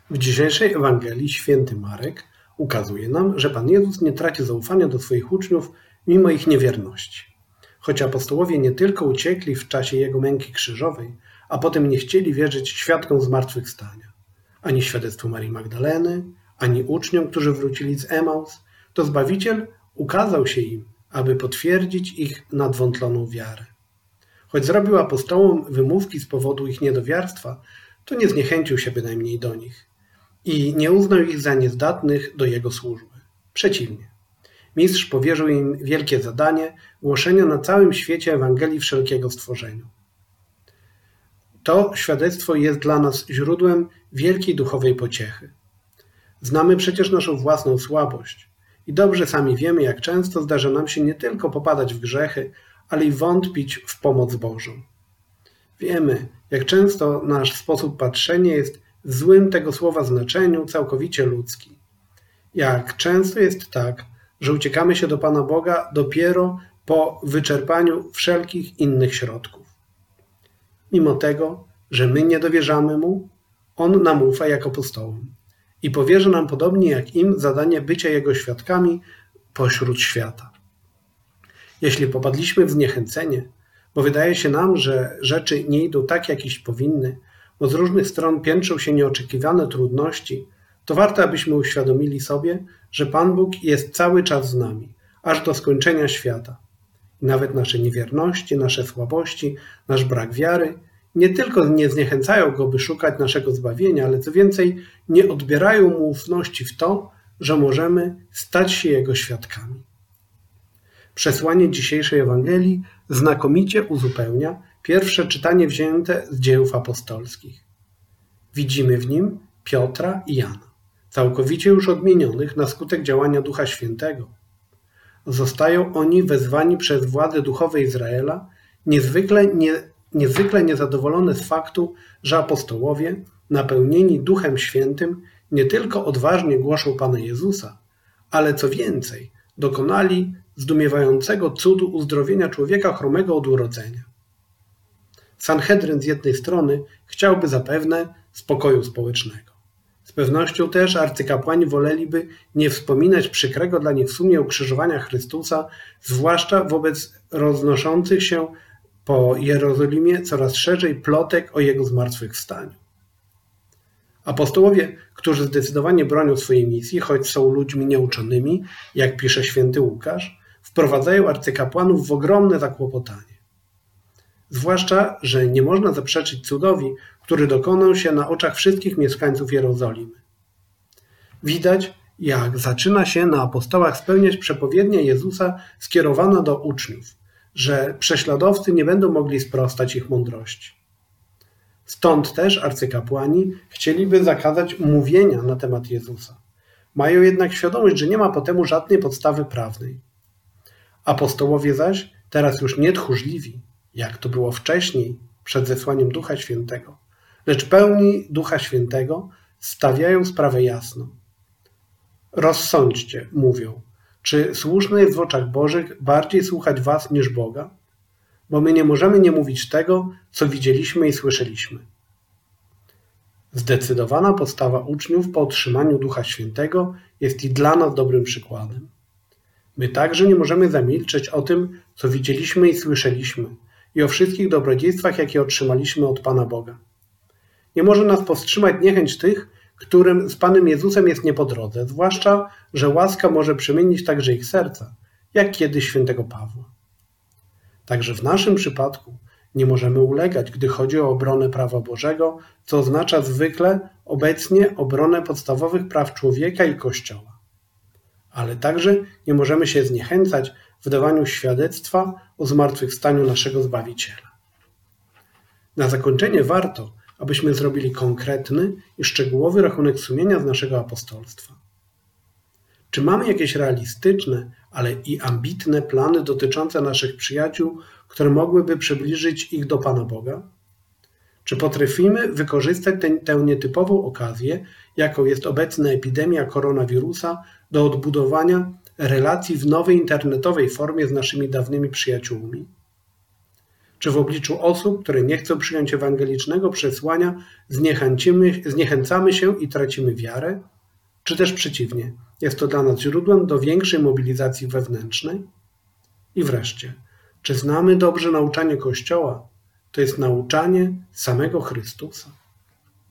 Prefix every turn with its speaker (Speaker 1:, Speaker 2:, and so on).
Speaker 1: W dzisiejszej Ewangelii święty Marek ukazuje nam, że Pan Jezus nie traci zaufania do swoich uczniów mimo ich niewierności. Choć apostołowie nie tylko uciekli w czasie Jego męki krzyżowej, a potem nie chcieli wierzyć świadkom zmartwychwstania, ani świadectwu Marii Magdaleny, ani uczniom, którzy wrócili z Emaus, to Zbawiciel ukazał się im, aby potwierdzić ich nadwątloną wiarę. Choć zrobił apostołom wymówki z powodu ich niedowiarstwa, to nie zniechęcił się bynajmniej do nich i nie uznał ich za niezdatnych do Jego służby. Przeciwnie. Mistrz powierzył im wielkie zadanie głoszenia na całym świecie Ewangelii wszelkiego stworzeniu. To świadectwo jest dla nas źródłem wielkiej duchowej pociechy. Znamy przecież naszą własną słabość i dobrze sami wiemy, jak często zdarza nam się nie tylko popadać w grzechy, ale i wątpić w pomoc Bożą. Wiemy, jak często nasz sposób patrzenia jest w złym tego słowa znaczeniu całkowicie ludzki. Jak często jest tak, że uciekamy się do Pana Boga dopiero po wyczerpaniu wszelkich innych środków. Mimo tego, że my nie dowierzamy Mu, On nam ufa jak apostołom i powierzy nam podobnie jak im zadanie bycia Jego świadkami pośród świata. Jeśli popadliśmy w zniechęcenie, bo wydaje się nam, że rzeczy nie idą tak, jak iść powinny, bo z różnych stron piętrzą się nieoczekiwane trudności, to warto, abyśmy uświadomili sobie, że Pan Bóg jest cały czas z nami, aż do skończenia świata. I nawet nasze niewierności, nasze słabości, nasz brak wiary nie tylko nie zniechęcają Go, by szukać naszego zbawienia, ale co więcej, nie odbierają Mu ufności w to, że możemy stać się Jego świadkami. Przesłanie dzisiejszej Ewangelii znakomicie uzupełnia pierwsze czytanie wzięte z Dziejów Apostolskich. Widzimy w nim Piotra i Jana, całkowicie już odmienionych na skutek działania Ducha Świętego. Zostają oni wezwani przez władze duchowe Izraela, niezwykle niezadowolone z faktu, że apostołowie, napełnieni Duchem Świętym, nie tylko odważnie głoszą Pana Jezusa, ale co więcej, dokonali zdumiewającego cudu uzdrowienia człowieka chromego od urodzenia. Sanhedryn z jednej strony chciałby zapewne spokoju społecznego. Z pewnością też arcykapłani woleliby nie wspominać przykrego dla nich w sumie ukrzyżowania Chrystusa, zwłaszcza wobec roznoszących się po Jerozolimie coraz szerzej plotek o Jego zmartwychwstaniu. Apostołowie, którzy zdecydowanie bronią swojej misji, choć są ludźmi nieuczonymi, jak pisze święty Łukasz, wprowadzają arcykapłanów w ogromne zakłopotanie. Zwłaszcza, że nie można zaprzeczyć cudowi, który dokonał się na oczach wszystkich mieszkańców Jerozolimy. Widać, jak zaczyna się na apostołach spełniać przepowiednia Jezusa skierowana do uczniów, że prześladowcy nie będą mogli sprostać ich mądrości. Stąd też arcykapłani chcieliby zakazać mówienia na temat Jezusa. Mają jednak świadomość, że nie ma po temu żadnej podstawy prawnej. Apostołowie zaś, teraz już nie tchórzliwi, jak to było wcześniej, przed zesłaniem Ducha Świętego, lecz pełni Ducha Świętego, stawiają sprawę jasno. Rozsądźcie, mówią, czy słuszne jest w oczach Bożych bardziej słuchać was niż Boga? Bo my nie możemy nie mówić tego, co widzieliśmy i słyszeliśmy. Zdecydowana postawa uczniów po otrzymaniu Ducha Świętego jest i dla nas dobrym przykładem. My także nie możemy zamilczeć o tym, co widzieliśmy i słyszeliśmy i o wszystkich dobrodziejstwach, jakie otrzymaliśmy od Pana Boga. Nie może nas powstrzymać niechęć tych, którym z Panem Jezusem jest nie po drodze, zwłaszcza, że łaska może przemienić także ich serca, jak kiedyś świętego Pawła. Także w naszym przypadku nie możemy ulegać, gdy chodzi o obronę prawa Bożego, co oznacza zwykle obecnie obronę podstawowych praw człowieka i Kościoła. Ale także nie możemy się zniechęcać w dawaniu świadectwa o zmartwychwstaniu naszego Zbawiciela. Na zakończenie warto, abyśmy zrobili konkretny i szczegółowy rachunek sumienia z naszego apostolstwa. Czy mamy jakieś realistyczne, ale i ambitne plany dotyczące naszych przyjaciół, które mogłyby przybliżyć ich do Pana Boga? Czy potrafimy wykorzystać tę nietypową okazję, jaką jest obecna epidemia koronawirusa, do odbudowania relacji w nowej internetowej formie z naszymi dawnymi przyjaciółmi? Czy w obliczu osób, które nie chcą przyjąć ewangelicznego przesłania, zniechęcamy się i tracimy wiarę? Czy też przeciwnie, jest to dla nas źródłem do większej mobilizacji wewnętrznej? I wreszcie, czy znamy dobrze nauczanie Kościoła? To jest nauczanie samego Chrystusa.